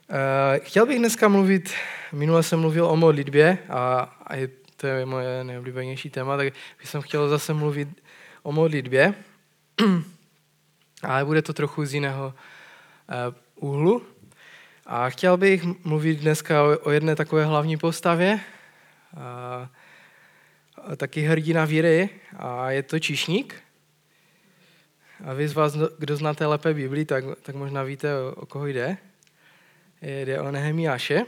Chtěl bych dneska mluvit, minule jsem mluvil o modlitbě a to je moje nejoblíbenější téma, tak bych jsem chtěl zase mluvit o modlitbě, ale bude to trochu z jiného úhlu. A chtěl bych mluvit dneska o jedné takové hlavní postavě, taky hrdina víry, a je to číšník. A vy z vás, kdo znáte lépe Bibli, tak možná víte, o koho jde. Jde o Nehemiáše.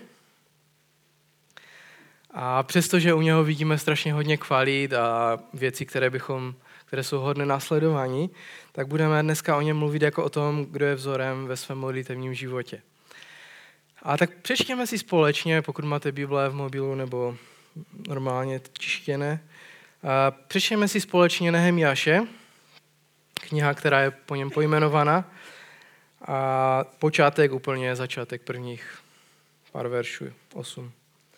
A přestože u něho vidíme strašně hodně kvalit a věci, které jsou hodné následování, tak budeme dneska o něm mluvit jako o tom, kdo je vzorem ve svém modlitevním životě. A tak přečtěme si společně, pokud máte Bible v mobilu nebo normálně tištěné, přečtěme si společně Nehemiáše, kniha, která je po něm pojmenovaná, a začátek prvních pár veršů, 8.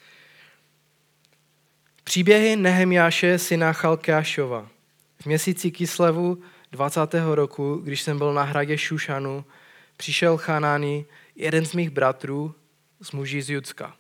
Příběhy Nehemiáše syna Chalkeášova. V měsíci Kislevu 20. roku, když jsem byl na hradě Šušanu, přišel Chanáni, jeden z mých bratrů, z muží z Judska.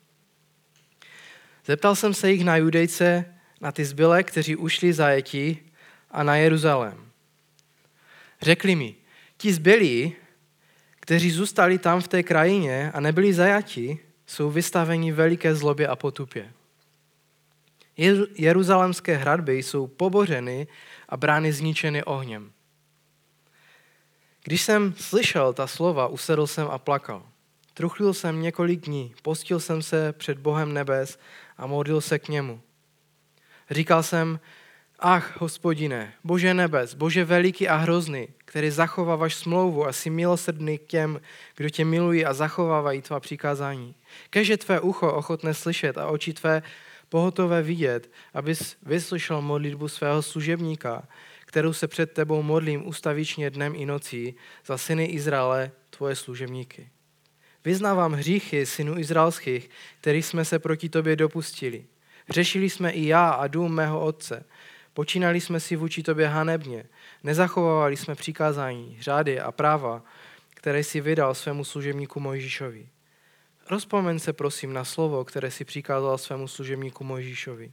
Zeptal jsem se jich na Judejce, na ty zbylé, kteří ušli zajetí, a na Jeruzalém. Řekli mi, ti zbylí, kteří zůstali tam v té krajině a nebyli zajati, jsou vystaveni veliké zlobě a potupě. Jeruzalémské hradby jsou pobořeny a brány zničeny ohněm. Když jsem slyšel ta slova, usedl jsem a plakal. Truchlil jsem několik dní, postil jsem se před Bohem nebes a modlil se k němu. Říkal jsem, ach, Hospodine, Bože nebes, Bože veliký a hrozný, který zachováváš smlouvu a jsi milosrdný k těm, kdo tě milují a zachovávají tvá přikázání. Kež je tvé ucho ochotné slyšet a oči tvé pohotové vidět, abys vyslyšel modlitbu svého služebníka, kterou se před tebou modlím ustavičně dnem i nocí za syny Izraele, tvoje služebníky. Vyznávám hříchy synů izraelských, kterých jsme se proti tobě dopustili. Řešili jsme i já a dům mého otce. Počínali jsme si vůči tobě hanebně. Nezachovávali jsme přikázání, řády a práva, které si vydal svému služebníku Mojžíšovi. Rozpomeň se prosím na slovo, které si přikázal svému služebníku Mojžíšovi.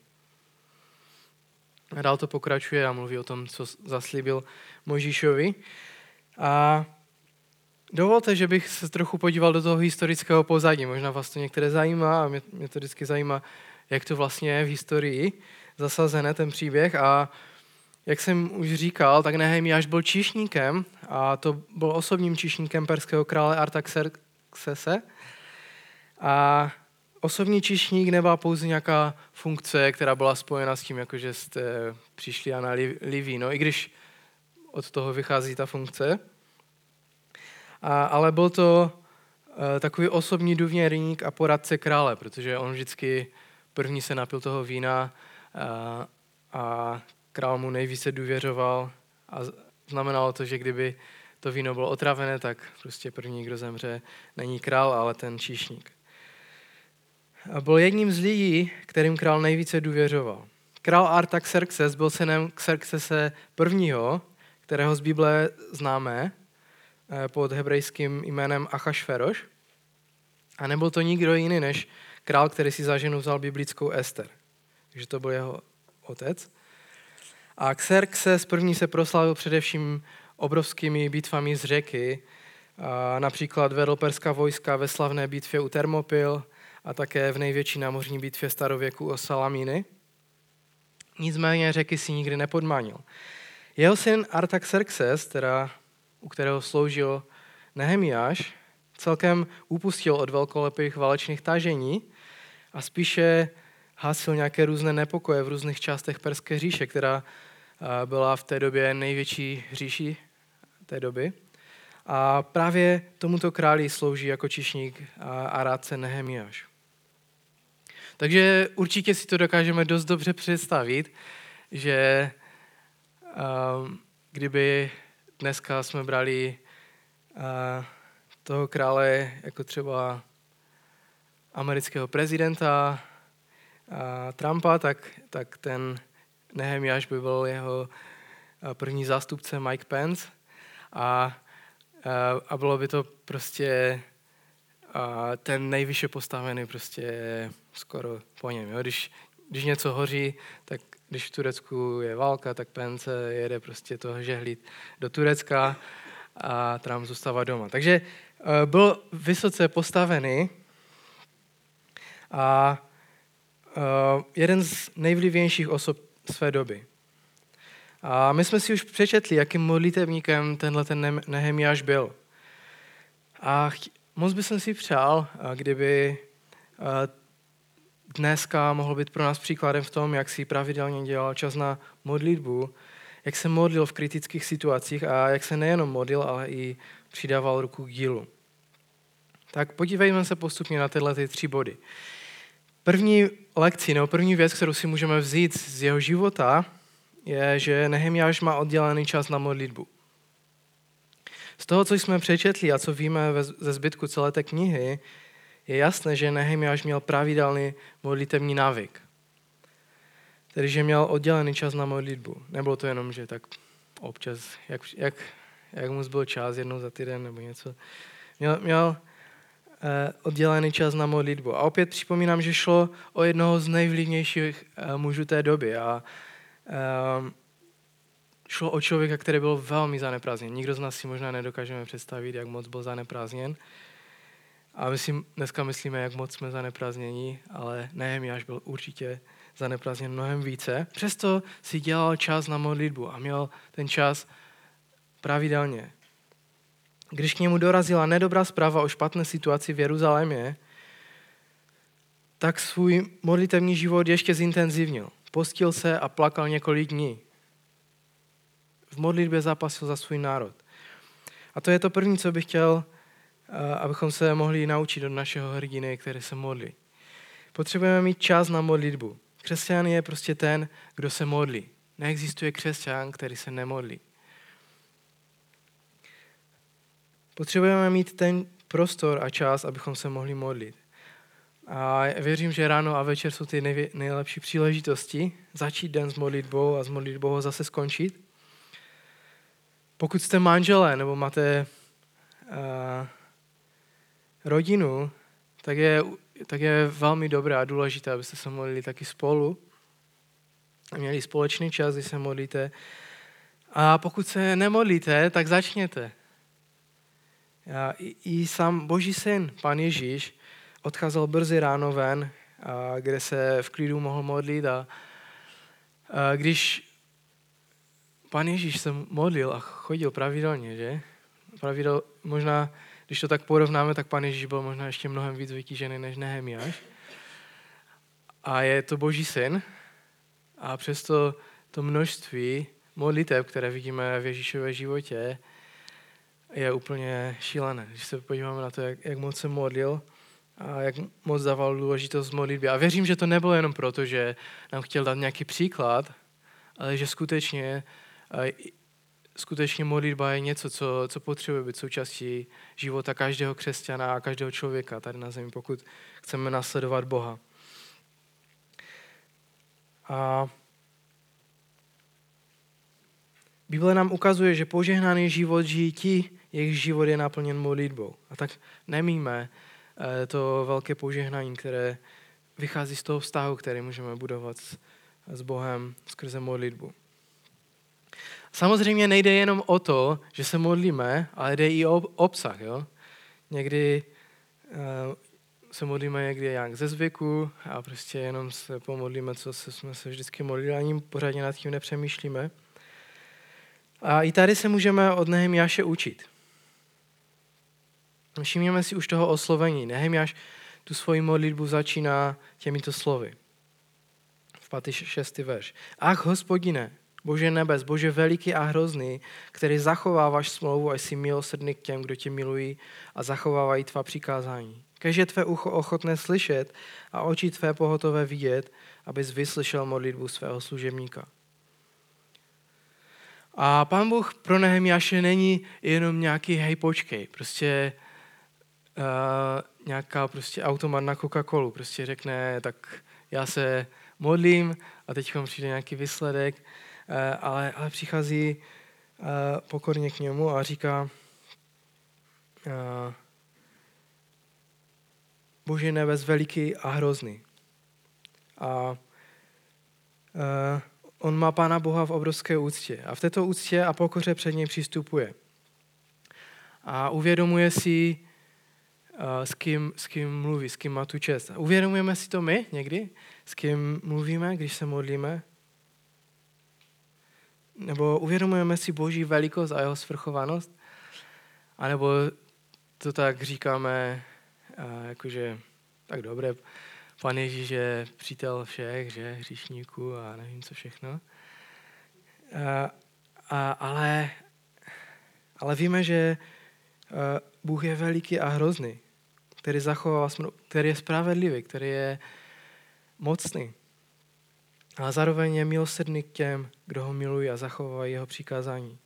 A dál to pokračuje a mluví o tom, co zaslíbil Mojžíšovi. A dovolte, že bych se trochu podíval do toho historického pozadí. Možná vás to některé zajímá a mě to vždycky zajímá, jak to vlastně je v historii zasazené, ten příběh. A jak jsem už říkal, tak Nehemiáš byl číšníkem a to byl osobním číšníkem perského krále Artaxerxese. A osobní číšník nebyla pouze nějaká funkce, která byla spojena s tím, jakože jste přišli a nalili víno, i když od toho vychází ta funkce. Ale byl to takový osobní důvěrník a poradce krále, protože on vždycky první se napil toho vína a král mu nejvíce důvěřoval a znamenalo to, že kdyby to víno bylo otravené, tak prostě první, kdo zemře, není král, ale ten číšník. A byl jedním z lidí, kterým král nejvíce důvěřoval. Král Artaxerxes byl synem Xerxese I., kterého z Bible známe pod hebrejským jménem Achašveroš. A nebyl to nikdo jiný než král, který si za ženu vzal biblickou Ester. Takže to byl jeho otec. A Xerxes I. se proslavil především obrovskými bitvami z řeky. A například vedl perská vojska ve slavné bitvě u Termopil a také v největší námořní bitvě starověku o Salamíny. Nicméně řeky si nikdy nepodmanil. Jeho syn Artaxerxes, u kterého sloužil Nehemiáš, celkem upustil od velkolepých válečných tažení a spíše hasil nějaké různé nepokoje v různých částech Perské říše, která byla v té době největší říši té doby. A právě tomuto králi slouží jako číšník a rádce Nehemiáš. Takže určitě si to dokážeme dost dobře představit, že kdyby dneska jsme brali toho krále jako třeba amerického prezidenta Trumpa, tak ten Nehemiáš by byl jeho první zástupce Mike Pence a bylo by to prostě a ten nejvyšší postavený prostě je skoro po něm. Jo? Když něco hoří, tak když v Turecku je válka, tak Pence jede prostě toho žehlit do Turecka a Trump zůstává doma. Takže byl vysoce postavený a jeden z nejvlivnějších osob své doby. A my jsme si už přečetli, jakým modlitevníkem ten Nehemiáš byl. A moc bych si přál, kdyby dneska mohl být pro nás příkladem v tom, jak si pravidelně dělal čas na modlitbu, jak se modlil v kritických situacích a jak se nejenom modlil, ale i přidával ruku k dílu. Tak podívejme se postupně na tyhle 3 body. První lekci, nebo první věc, kterou si můžeme vzít z jeho života, je, že Nehemiáš má oddělený čas na modlitbu. Z toho, co jsme přečetli a co víme ze zbytku celé té knihy, je jasné, že Nehemiáš měl pravidelný modlitevní návyk. Tedy, že měl oddělený čas na modlitbu. Nebylo to jenom, že tak občas, jak mu zbyl čas jednou za týden nebo něco. Měl oddělený čas na modlitbu. A opět připomínám, že šlo o jednoho z nejvlivnějších mužů té doby. A šlo o člověka, který byl velmi zaneprázdněn. Nikdo z nás si možná nedokážeme představit, jak moc byl zaneprázdněn. A my si dneska myslíme, jak moc jsme zaneprázdnění, ale Nehemiáš byl určitě zaneprázdněn mnohem více. Přesto si dělal čas na modlitbu a měl ten čas pravidelně. Když k němu dorazila nedobrá zpráva o špatné situaci v Jeruzalémě, tak svůj modlitevní život ještě zintenzivnil. Postil se a plakal několik dní. V modlitbě zápasil za svůj národ. A to je to první, co bych chtěl, abychom se mohli naučit od našeho hrdiny, který se modlí. Potřebujeme mít čas na modlitbu. Křesťan je prostě ten, kdo se modlí. Neexistuje křesťan, který se nemodlí. Potřebujeme mít ten prostor a čas, abychom se mohli modlit. A věřím, že ráno a večer jsou ty nejlepší příležitosti začít den s modlitbou a s modlitbou ho zase skončit. Pokud jste manželé nebo máte rodinu, tak je velmi dobré a důležité, abyste se modlili taky spolu a měli společný čas, kdy se modlíte. A pokud se nemodlíte, tak začněte. I sám Boží syn, Pán Ježíš, odcházel brzy ráno ven, kde se v klidu mohl modlit a když Pán Ježíš se modlil a chodil pravidelně, že? Možná, když to tak porovnáme, tak Pán Ježíš byl možná ještě mnohem víc vytížený než Nehemiáš. A je to Boží syn a přesto to množství modlitev, které vidíme v Ježíšově životě, je úplně šílené. Když se podíváme na to, jak moc se modlil a jak moc dával důležitost modlitbě. A věřím, že to nebylo jenom proto, že nám chtěl dát nějaký příklad, ale že skutečně modlitba je něco, co potřebuje být součástí života každého křesťana a každého člověka tady na zemi, pokud chceme následovat Boha. A Bible nám ukazuje, že požehnaný život žijí ti, jejich život je naplněn modlitbou. A tak nemíme to velké požehnání, které vychází z toho vztahu, který můžeme budovat s Bohem skrze modlitbu. Samozřejmě nejde jenom o to, že se modlíme, ale jde i o obsah. Jo? Někdy se modlíme někdy jak ze zvyku a prostě jenom se pomodlíme, co jsme se vždycky modlili, ani pořádně nad tím nepřemýšlíme. A i tady se můžeme od Nehemiáše učit. Všimněme si už toho oslovení. Nehemiáš tu svoji modlitbu začíná těmito slovy. V 5. 6. verš. Ach, Hospodine, Bože nebes, Bože veliký a hrozný, který zachováváš smlouvu a jsi milosrdný k těm, kdo tě milují a zachovávají tvá přikázání. Kež je tvé ucho ochotné slyšet a oči tvé pohotové vidět, abys vyslyšel modlitbu svého služebníka. A Pán Bůh pro Nehemiáše není jenom nějaký hej, počkej, prostě nějaká prostě automat na Coca-Colu, prostě řekne, tak já se modlím a teď přijde nějaký výsledek, ale přichází pokorně k němu a říká, Boží nebes veliký a hrozný. A on má Pána Boha v obrovské úctě. A v této úctě a pokoře před něj přistupuje. A uvědomuje si, s kým mluví, s kým má tu čest. Uvědomujeme si to my někdy? S kým mluvíme, když se modlíme? Nebo uvědomujeme si Boží velikost a jeho svrchovanost? A nebo to tak říkáme, jakože tak dobré, Pán Ježíš je přítel všech, že, hříšníků a nevím co všechno. Ale víme, že Bůh je veliký a hrozný, který zachovává, který je spravedlivý, který je mocný. A zároveň je milosrdný k těm, kdo ho milují a zachovávají jeho přikázání.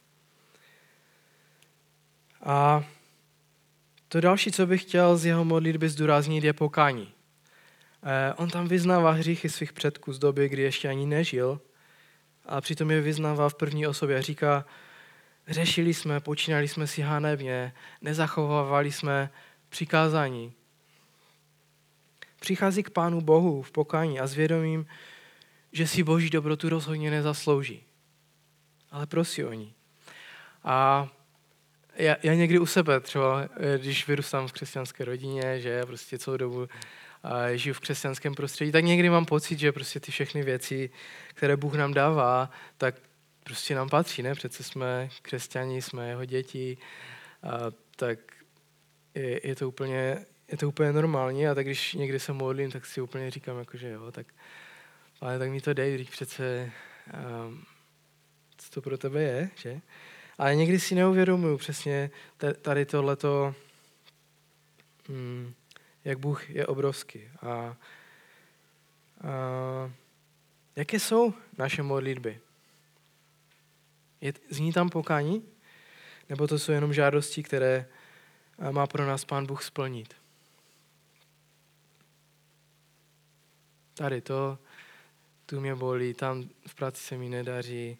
A to další, co bych chtěl z jeho modlitby zdůraznit, je pokání. On tam vyznává hříchy svých předků z doby, kdy ještě ani nežil, a přitom je vyznává v první osobě a říká, řešili jsme, počínali jsme si hanebně, nezachovávali jsme přikázání. Přichází k Pánu Bohu v pokání a s vědomím, že si Boží dobrotu rozhodně nezaslouží. Ale prosí o ní. A já někdy u sebe, třeba když vyrůstám v křesťanské rodině, že prostě celou dobu žiju v křesťanském prostředí, tak někdy mám pocit, že prostě ty všechny věci, které Bůh nám dává, tak prostě nám patří, ne? Přece jsme křesťani, jsme jeho děti, tak je to úplně normální. A tak když někdy se modlím, tak si úplně říkám, jakože jo, tak mi to dej, když přece co to pro tebe je, že? Ale někdy si neuvědomuju přesně tady tohleto, jak Bůh je obrovský. A jaké jsou naše modlitby? Zní tam pokání? Nebo to jsou jenom žádosti, které má pro nás Pán Bůh splnit? Tady to, tu mě bolí, tam v práci se mi nedaří.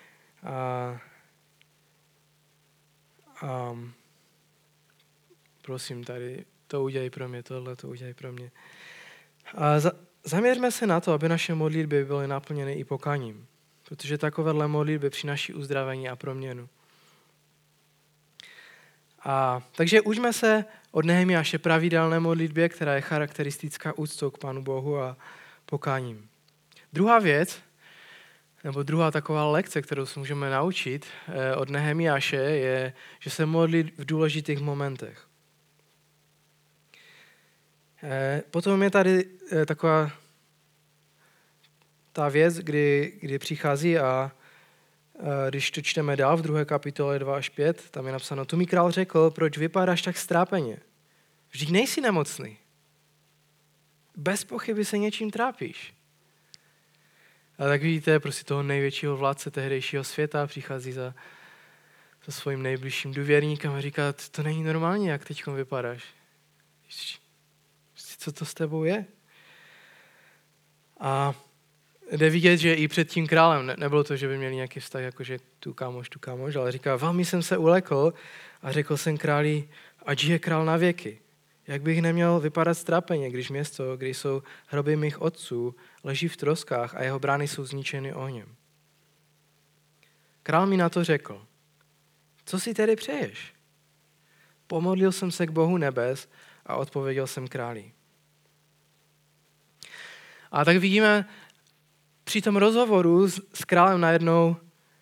Prosím, tady to udělej pro mě, tohle to udělej pro mě. Zaměřme se na to, aby naše modlitby byly naplněny i pokáním, protože takovéhle modlitby přináší uzdravení a proměnu. Takže učme se od Nehemiáše pravidelné modlitbě, která je charakteristická úctou k Pánu Bohu a pokáním. Druhá věc, nebo druhá taková lekce, kterou se můžeme naučit od Nehemiáše, je, že se modlit v důležitých momentech. Potom je tady taková ta věc, kdy přichází a když to čteme dál v 2. kapitole 2 až 5, tam je napsáno, tu mi král řekl, proč vypadáš tak strápeně? Vždyť nejsi nemocný. Bez pochyby se něčím trápíš. A tak vidíte, prostě toho největšího vládce tehdejšího světa přichází za svým nejbližším důvěrníkem a říká, to není normální, jak teďkom vypadáš. Co to s tebou je? A jde vidět, že i před tím králem nebylo to, že by měli nějaký vztah, jakože tu kámoš, ale říká, velmi jsem se ulekl a řekl jsem králi, ať je král na věky. Jak bych neměl vypadat strápeně, když město, kde jsou hroby mých otců, leží v troskách a jeho brány jsou zničeny ohněm. Král mi na to řekl, co si tedy přeješ? Pomodlil jsem se k Bohu nebes a odpověděl jsem králi. A tak vidíme, při tom rozhovoru s králem najednou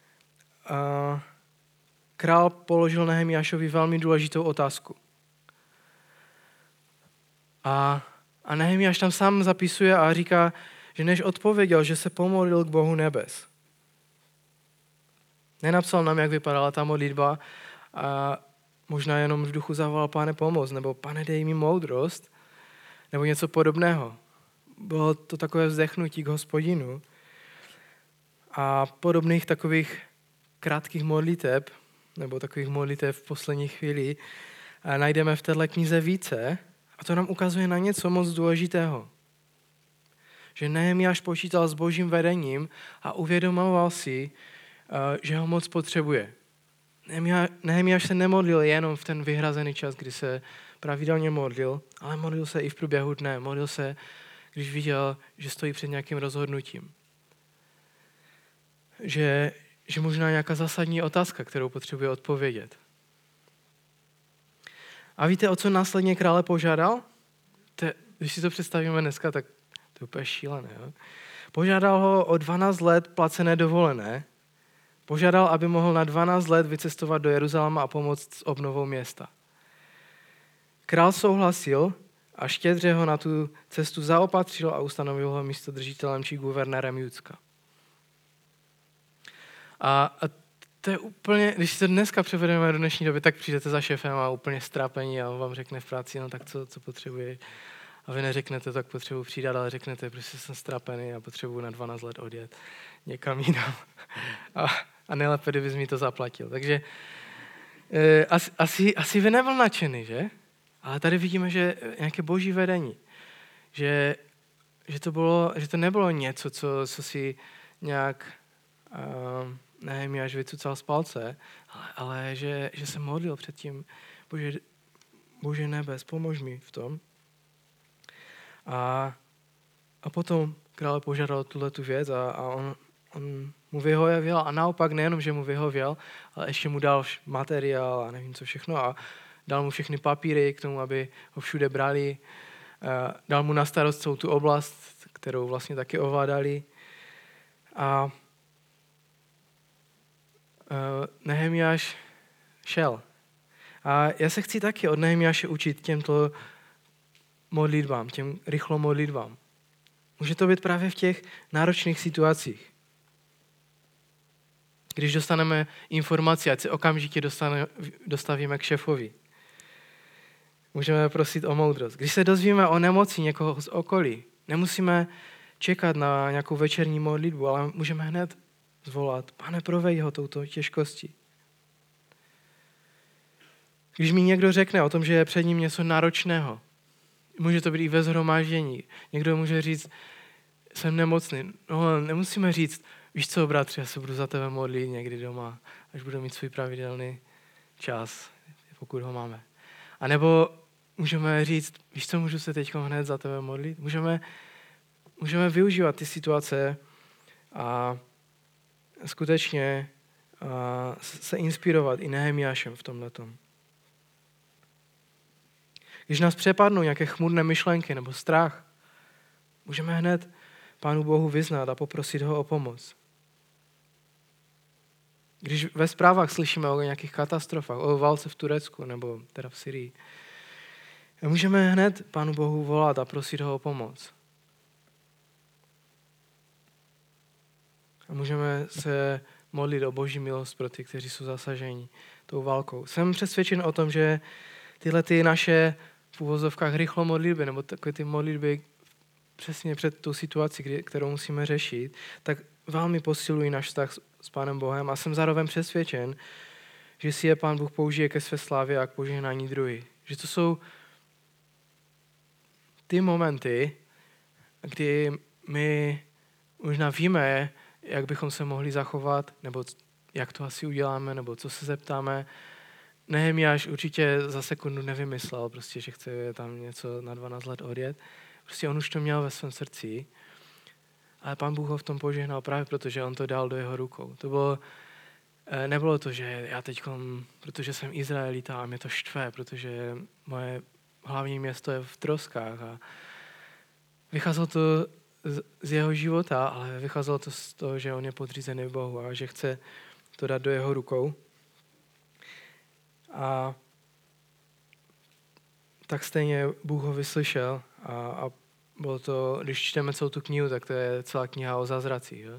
král položil Nehemiášovi velmi důležitou otázku. A Nehemiáš tam sám zapisuje a říká, že než odpověděl, že se pomodlil k Bohu nebes. Nenapsal nám, jak vypadala ta modlitba a možná jenom v duchu zavolal, Pane, pomoz, nebo Pane, dej mi moudrost, nebo něco podobného. Bylo to takové vzdechnutí k Hospodinu a podobných takových krátkých modliteb, nebo takových modliteb v poslední chvíli najdeme v této knize více a to nám ukazuje na něco moc důležitého. Že Nehemiáš počítal s Božím vedením a uvědomoval si, že ho moc potřebuje. Nehemiáš se nemodlil jenom v ten vyhrazený čas, kdy se pravidelně modlil, ale modlil se i v průběhu dne. Modlil se, když viděl, že stojí před nějakým rozhodnutím. Že možná nějaká zásadní otázka, kterou potřebuje odpovědět. A víte, o co následně krále požádal? Když si to představíme dneska, tak to je úplně šílené. Jo? Požádal ho o 12 let placené dovolené. Požádal, aby mohl na 12 let vycestovat do Jeruzaléma a pomoct s obnovou města. Král souhlasil a štědře ho na tu cestu zaopatřil a ustanovil ho místodržitelem či guvernérem Judska. A to je úplně, když si to dneska převedeme do dnešní doby, tak přijdete za šéfem a úplně strapení a on vám řekne v práci, no tak co potřebuje. A vy neřeknete, tak potřebuji přidat, ale řeknete, prostě jsem strapený a potřebuji na 12 let odjet někam jinam. A nejlépe, kdybys mi to zaplatil. Takže asi vy nebyl nadšený, že? Ale tady vidíme, že nějaké boží vedení. Že to nebylo něco, co si nějak Nehemiáš vycucal z palce, ale že se modlil předtím, Bože nebes, pomož mi v tom. A potom krále požádal tuhletu věc a on mu vyhověl a naopak nejenom, že mu vyhověl, ale ještě mu dal materiál a nevím co všechno a dal mu všechny papíry k tomu, aby ho všude brali. Dal mu na starost celou tu oblast, kterou vlastně taky ovládali. A Nehemiáš šel. A já se chci taky od Nehemiáše učit těmto modlitbám, těm rychlým modlitbám. Může to být právě v těch náročných situacích. Když dostaneme informaci, ať se okamžitě dostavíme k šéfovi. Můžeme prosit o moudrost. Když se dozvíme o nemoci někoho z okolí, nemusíme čekat na nějakou večerní modlitbu, ale můžeme hned zvolat, Pane, provej ho touto těžkostí. Když mi někdo řekne o tom, že je před ním něco náročného, může to být i ve shromáždění. Někdo může říct, jsem nemocný. No, nemusíme říct, víš co, bratře, já se budu za tebe modlit někdy doma, až budu mít svůj pravidelný čas, pokud ho máme. A nebo můžeme říct, víš co, můžu se teď hned za tebe modlit? Můžeme využívat ty situace a skutečně se inspirovat i Nehemiášem v tomhletom. Když nás přepadnou nějaké chmurné myšlenky nebo strach, můžeme hned Pánu Bohu vyznat a poprosit ho o pomoc. Když ve zprávách slyšíme o nějakých katastrofách, o válce v Turecku nebo teda v Syrii, můžeme hned Pánu Bohu volat a prosit ho o pomoc. A můžeme se modlit o Boží milost pro ty, kteří jsou zasaženi tou válkou. Jsem přesvědčen o tom, že tyhle ty naše v uvozovkách rychlo modlitby, nebo takové ty modlitby přesně před tou situací, kterou musíme řešit, tak velmi posilují náš vztah s Pánem Bohem a jsem zároveň přesvědčen, že si je Pán Bůh použije ke své slávě a k požehnání druhých. Že to jsou ty momenty, kdy my možná víme, jak bychom se mohli zachovat, nebo jak to asi uděláme, nebo co se zeptáme. Nehemiáš určitě za sekundu nevymyslel, prostě, že chce tam něco na 12 let odjet. Prostě on už to měl ve svém srdci, ale Pán Bůh ho v tom požehnal právě proto, že on to dal do jeho rukou. Nebylo to, že já teď, protože jsem Izraelita a mě to štve, protože moje hlavní město je v troskách. A vycházelo to z jeho života, ale vycházelo to z toho, že on je podřízený Bohu a že chce to dát do jeho rukou. A tak stejně Bůh ho vyslyšel a bylo to, když čteme celou tu knihu, tak to je celá kniha o zázracích. Jo?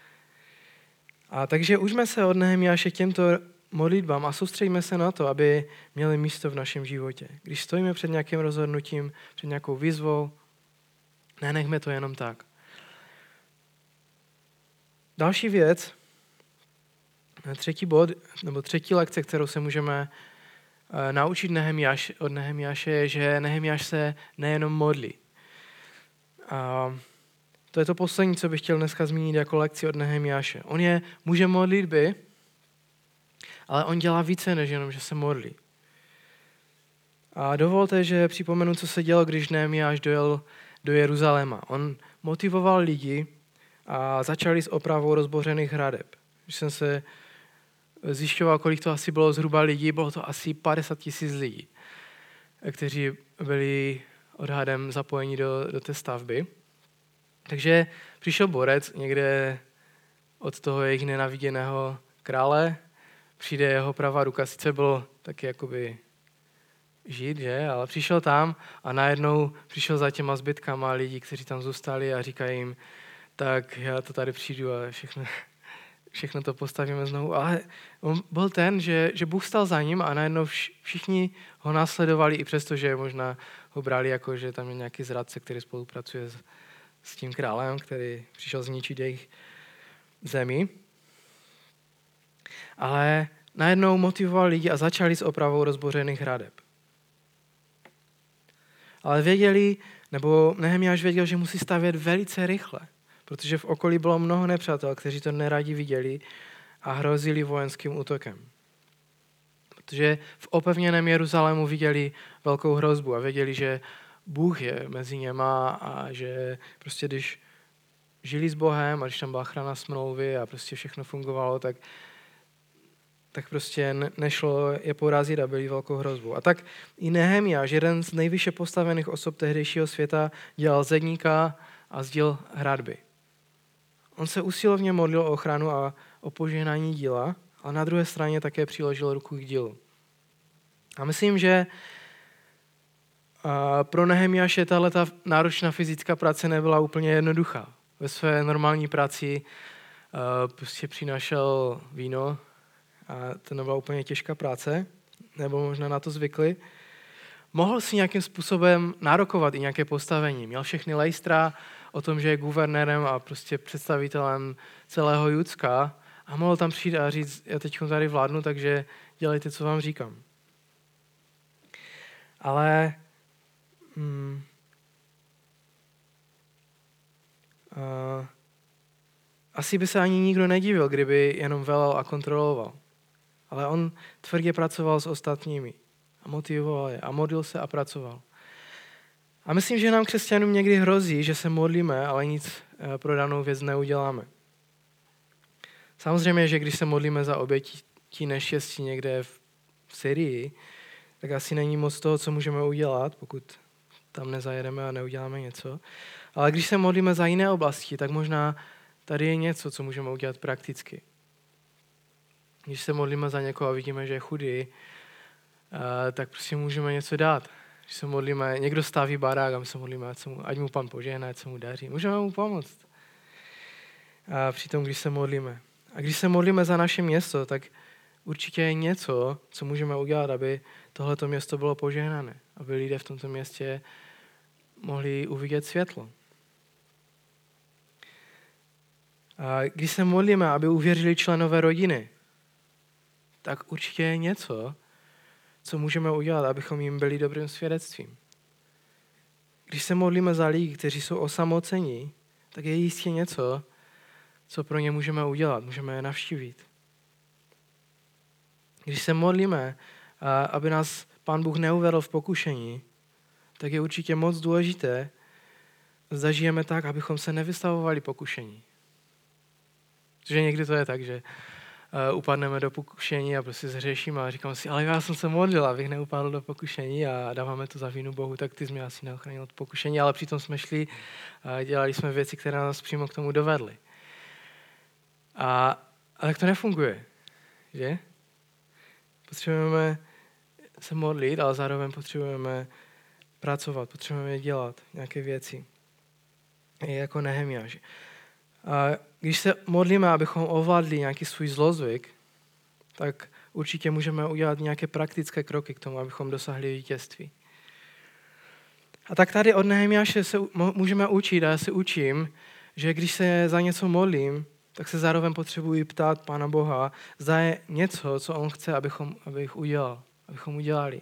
A takže užme se od Nehemiáše těmto modlitbám a soustředíme se na to, aby měli místo v našem životě. Když stojíme před nějakým rozhodnutím, před nějakou výzvou, nenechme to jenom tak. Další věc, třetí bod, nebo třetí lekce, kterou se můžeme naučit od Nehemiáše, je, že Nehemiáš se nejenom modlí. A to je to poslední, co bych chtěl dneska zmínit jako lekci od Nehemiáše. On je mužem modlitby, ale on dělá více, než jenom, že se modlí. A dovolte, že připomenu, co se dělo, když Nehemiáš dojel do Jeruzaléma. On motivoval lidi a začali s opravou rozbořených hradeb. Když jsem se zjišťoval, kolik to asi bylo zhruba lidí, bylo to asi 50 000 lidí, kteří byli odhadem zapojeni do té stavby. Takže přišel borec někde od toho jejich nenaviděného krále, přijde jeho pravá ruka, sice bylo taky jakoby žít, že? Ale přišel tam a najednou přišel za těma zbytkama lidí, kteří tam zůstali a říkají jim, tak já to tady přijdu a všechno to postavíme znovu. Ale on byl ten, že Bůh stal za ním a najednou všichni ho následovali, i přesto, že možná ho brali jako, že tam je nějaký zradce, který spolupracuje s tím králem, který přišel zničit jejich zemi. Ale najednou motivoval lidi a začali s opravou rozbořených hradeb. Ale věděli, nebo Nehemiáš věděl, že musí stavět velice rychle, protože v okolí bylo mnoho nepřátel, kteří to neradi viděli a hrozili vojenským útokem. Protože v opevněném Jeruzalému viděli velkou hrozbu a věděli, že Bůh je mezi něma a že prostě když žili s Bohem a když tam byla ochrana smlouvy a prostě všechno fungovalo, tak prostě nešlo je porazit a byli velkou hrozbou. A tak i Nehemiáš, jeden z nejvyšše postavených osob tehdejšího světa, dělal zedníka a sdíl hradby. On se usilovně modlil o ochranu a o požehnání díla, ale na druhé straně také přiložil ruku k dílu. A myslím, že pro Nehemiáše tato náročná fyzická práce nebyla úplně jednoduchá. Ve své normální práci prostě přinášel víno a to nebyla úplně těžká práce, nebo možná na to zvykli. Mohl si nějakým způsobem nárokovat i nějaké postavení. Měl všechny lejstra o tom, že je guvernérem a prostě představitelem celého Judska a mohl tam přijít a říct, já teď tady vládnu, takže dělejte, co vám říkám. Ale asi by se ani nikdo nedivil, kdyby jenom velel a kontroloval. Ale on tvrdě pracoval s ostatními a motivoval je a modlil se a pracoval. A myslím, že nám křesťanům někdy hrozí, že se modlíme, ale nic pro danou věc neuděláme. Samozřejmě, že když se modlíme za oběti neštěstí někde v Syrii, tak asi není moc toho, co můžeme udělat, pokud tam nezajedeme a neuděláme něco. Ale když se modlíme za jiné oblasti, tak možná tady je něco, co můžeme udělat prakticky. Když se modlíme za někoho a vidíme, že je chudý, tak prostě můžeme něco dát. Když se modlíme, někdo staví barák a my se modlíme, ať mu Pán požehná, ať se mu daří. Můžeme mu pomoct. A přitom, když se modlíme. A když se modlíme za naše město, tak určitě je něco, co můžeme udělat, aby tohleto město bylo požehnané. Aby lidé v tomto městě mohli uvidět světlo. A když se modlíme, aby uvěřili členové rodiny, tak určitě je něco, co můžeme udělat, abychom jim byli dobrým svědectvím. Když se modlíme za lidi, kteří jsou osamocení, tak je jistě něco, co pro ně můžeme udělat. Můžeme je navštívit. Když se modlíme, aby nás Pán Bůh neuvedl v pokušení, tak je určitě moc důležité, zažijeme tak, abychom se nevystavovali pokušení. Protože někdy to je tak, že upadneme do pokušení a prostě zhřešíme a říkáme si, ale já jsem se modlil, abych neupadl do pokušení a dáváme to za vinu Bohu, tak ty jsi mě asi neochránil od pokušení, ale přitom jsme šli a dělali jsme věci, které nás přímo k tomu dovedly. Ale to nefunguje, že? Potřebujeme se modlit, ale zároveň potřebujeme pracovat, potřebujeme dělat nějaké věci. Jako Nehemiáš. A když se modlíme, abychom ovládli nějaký svůj zlozvyk, tak určitě můžeme udělat nějaké praktické kroky k tomu, abychom dosáhli vítězství. A tak tady od Nehemiáše se můžeme učit, a já se učím, že když se za něco modlím, tak se zároveň potřebuji ptát Pána Boha, zda je něco, co on chce, abychom udělali.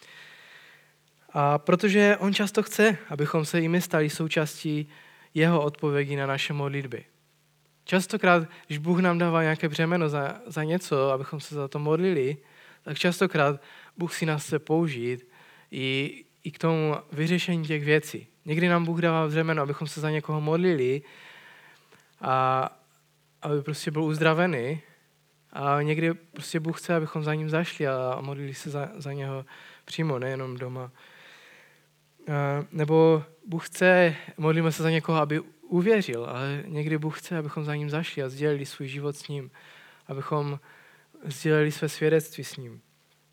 A protože on často chce, abychom se i my stali součástí jeho odpovědi na naše modlitby. Častokrát, když Bůh nám dává nějaké břemeno za něco, abychom se za to modlili, tak častokrát Bůh si nás chce použít i k tomu vyřešení těch věcí. Někdy nám Bůh dává břemeno, abychom se za někoho modlili a aby prostě byl uzdravený. A někdy prostě Bůh chce, abychom za ním zašli a modlili se za něho přímo, nejenom doma. Nebo Bůh chce, modlíme se za někoho, aby uvěřil, ale někdy Bůh chce, abychom za ním zašli a sdělili svůj život s ním, abychom sdělili své svědectví s ním.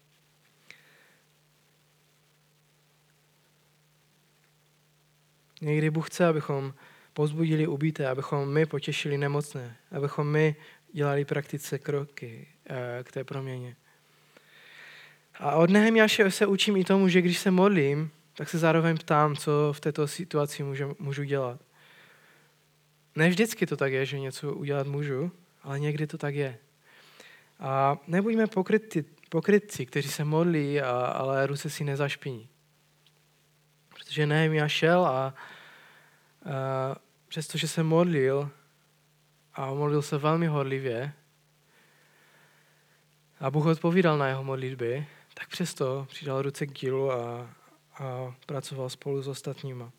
Někdy Bůh chce, abychom povzbudili ubité, abychom my potěšili nemocné, abychom my dělali praktické kroky k té proměně. A od Nehemiáše se učím i tomu, že když se modlím, tak se zároveň ptám, co v této situaci můžu dělat. Ne vždycky to tak je, že něco udělat můžu, ale někdy to tak je. A nebuďme pokrytci, kteří se modlí, ale ruce si nezašpiní. Protože Nehemiáš šel a přestože se modlil a modlil se velmi horlivě a Bůh odpovídal na jeho modlitby, tak přesto přidal ruce k dílu a pracoval spolu s ostatníma.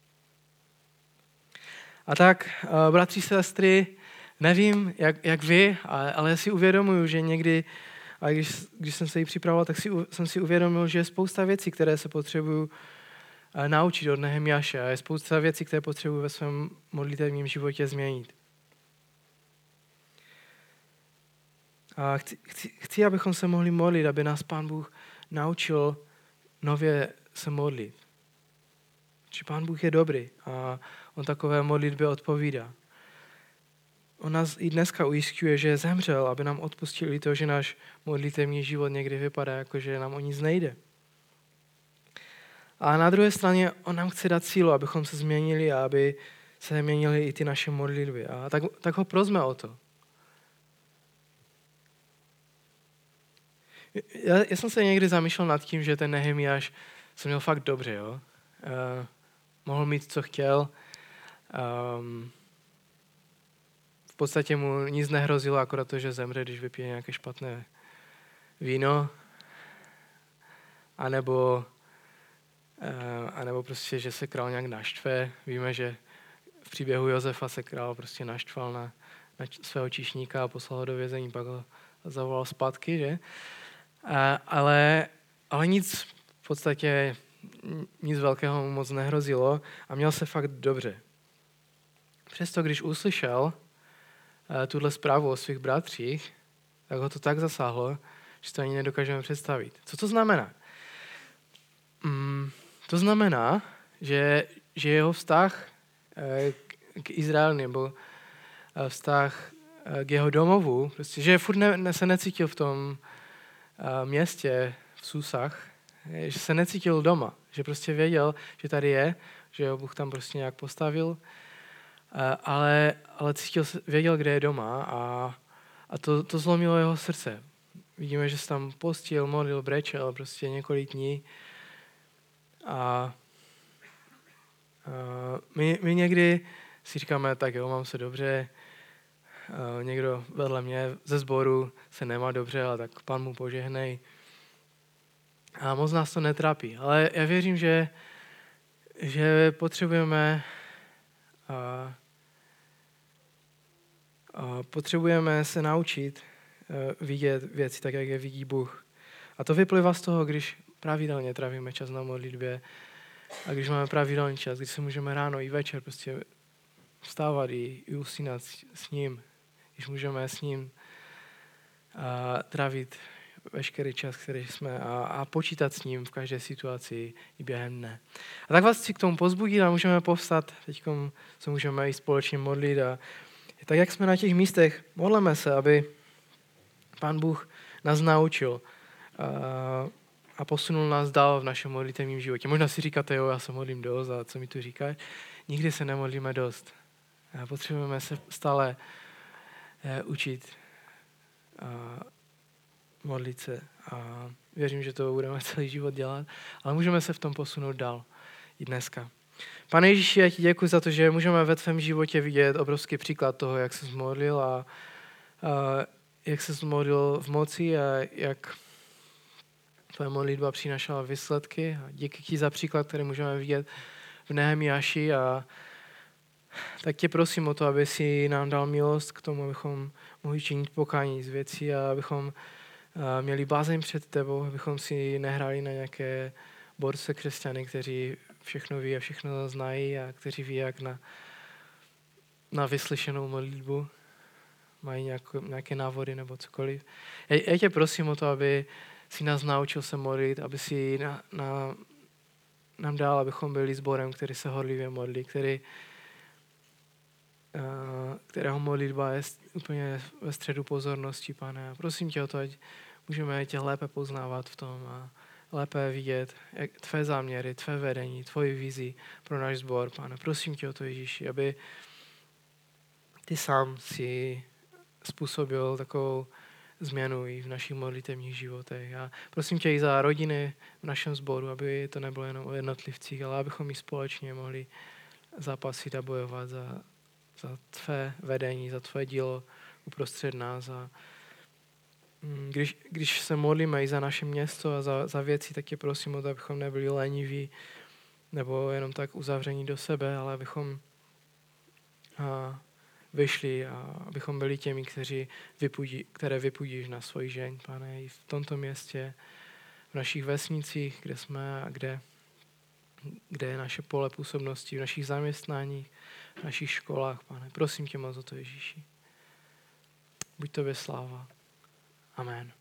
A tak, bratři, sestry, nevím, jak vy, ale já si uvědomuju, že někdy, a když jsem se jí připravoval, tak jsem si uvědomil, že je spousta věcí, které se potřebuju naučit od Nehemiáše a je spousta věcí, které potřebuji ve svém modlitevním životě změnit. A chci, abychom se mohli modlit, aby nás Pán Bůh naučil nově se modlit. Či Pán Bůh je dobrý a on takové modlitby odpovídá. On nás i dneska ujišťuje, že zemřel, aby nám odpustil i to, že náš modlitevní život někdy vypadá, jako že nám o nic nejde. A na druhé straně on nám chce dát sílu, abychom se změnili a aby se měnily i ty naše modlitby. A tak ho prosme o to. Já jsem se někdy zamýšlel nad tím, že ten Nehemiáš se měl fakt dobře, jo. Mohl mít, co chtěl. V podstatě mu nic nehrozilo, akorát to, že zemře, když vypije nějaké špatné víno. A nebo prostě, že se král nějak naštve. Víme, že v příběhu Josefa se král prostě naštval na svého číšníka a poslal ho do vězení, pak ho zavolal zpátky, že? Ale nic v podstatě nic velkého mu moc nehrozilo a měl se fakt dobře. Přesto, když uslyšel tuhle zprávu o svých bratřích, tak ho to tak zasáhlo, že to ani nedokážeme představit. Co to znamená? To znamená, že jeho vztah k Izraeli nebo vztah k jeho domovu, prostě, že furt se necítil v tom městě v Susách, že se necítil doma, že prostě věděl, že tady je, že ho Bůh tam prostě nějak postavil, ale věděl, kde je doma a to zlomilo jeho srdce. Vidíme, že se tam postil, modlil, brečel prostě několik dní a my někdy si říkáme, tak jo, mám se dobře, někdo vedle mě ze sboru se nemá dobře, ale tak Pán mu požehnej. A moc nás to netrápí. Ale já věřím, že potřebujeme se naučit vidět věci tak, jak je vidí Bůh. A to vyplývá z toho, když pravidelně trávíme čas na modlitbě a když máme pravidelný čas, když se můžeme ráno i večer prostě vstávat i usínat s ním, když můžeme s ním trávit veškerý čas, který jsme a počítat s ním v každé situaci i během dne. A tak vás chci k tomu pozbudit a můžeme povstat, teď se můžeme i společně modlit a tak, jak jsme na těch místech, modleme se, aby Pán Bůh nás naučil a posunul nás dál v našem modlitevním životě. Možná si říkáte, jo, já se modlím dost a co mi tu říkáš? Nikdy se nemodlíme dost. Potřebujeme se stále učit modlit se a věřím, že to budeme celý život dělat, ale můžeme se v tom posunout dál i dneska. Pane Ježíši, já ti děkuji za to, že můžeme ve tvém životě vidět obrovský příklad toho, jak se modlil a jak se modlil v moci a jak tvoje modlitba přinášela výsledky a díky ti za příklad, který můžeme vidět v Nehemiáši a tak tě prosím o to, aby si nám dal milost k tomu, abychom mohli činit pokání z věcí a abychom měli bázeň před tebou, abychom si nehráli na nějaké borce křesťany, kteří všechno ví a všechno znají a kteří ví, jak na vyslyšenou modlitbu mají nějaké návody nebo cokoliv. Já tě prosím o to, aby si nás naučil se modlit, aby si nám dal, abychom byli sborem, který se horlivě modlí, kterého modlitba je úplně ve středu pozornosti, Pane. Prosím tě o to, ať můžeme tě lépe poznávat v tom a lépe vidět tvé záměry, tvé vedení, tvoji vizi pro náš sbor, Pane. Prosím tě o to, Ježíši, aby ty sám si způsobil takovou změnu i v našich modlitevních životech. A prosím tě i za rodiny v našem sboru, aby to nebylo jenom o jednotlivcích, ale abychom i společně mohli zápasit a bojovat za tvé vedení, za tvé dílo uprostřed nás. A když se modlíme i za naše město a za věci, tak tě prosím o to, abychom nebyli leniví nebo jenom tak uzavření do sebe, ale abychom vyšli a abychom byli těmi, které vypudíš na svoji žeň, Pane, i v tomto městě, v našich vesnicích, kde jsme a kde je naše pole působnosti, v našich zaměstnáních, v našich školách, Pane. Prosím tě moc o to, Ježíši. Buď tobě sláva. Amen.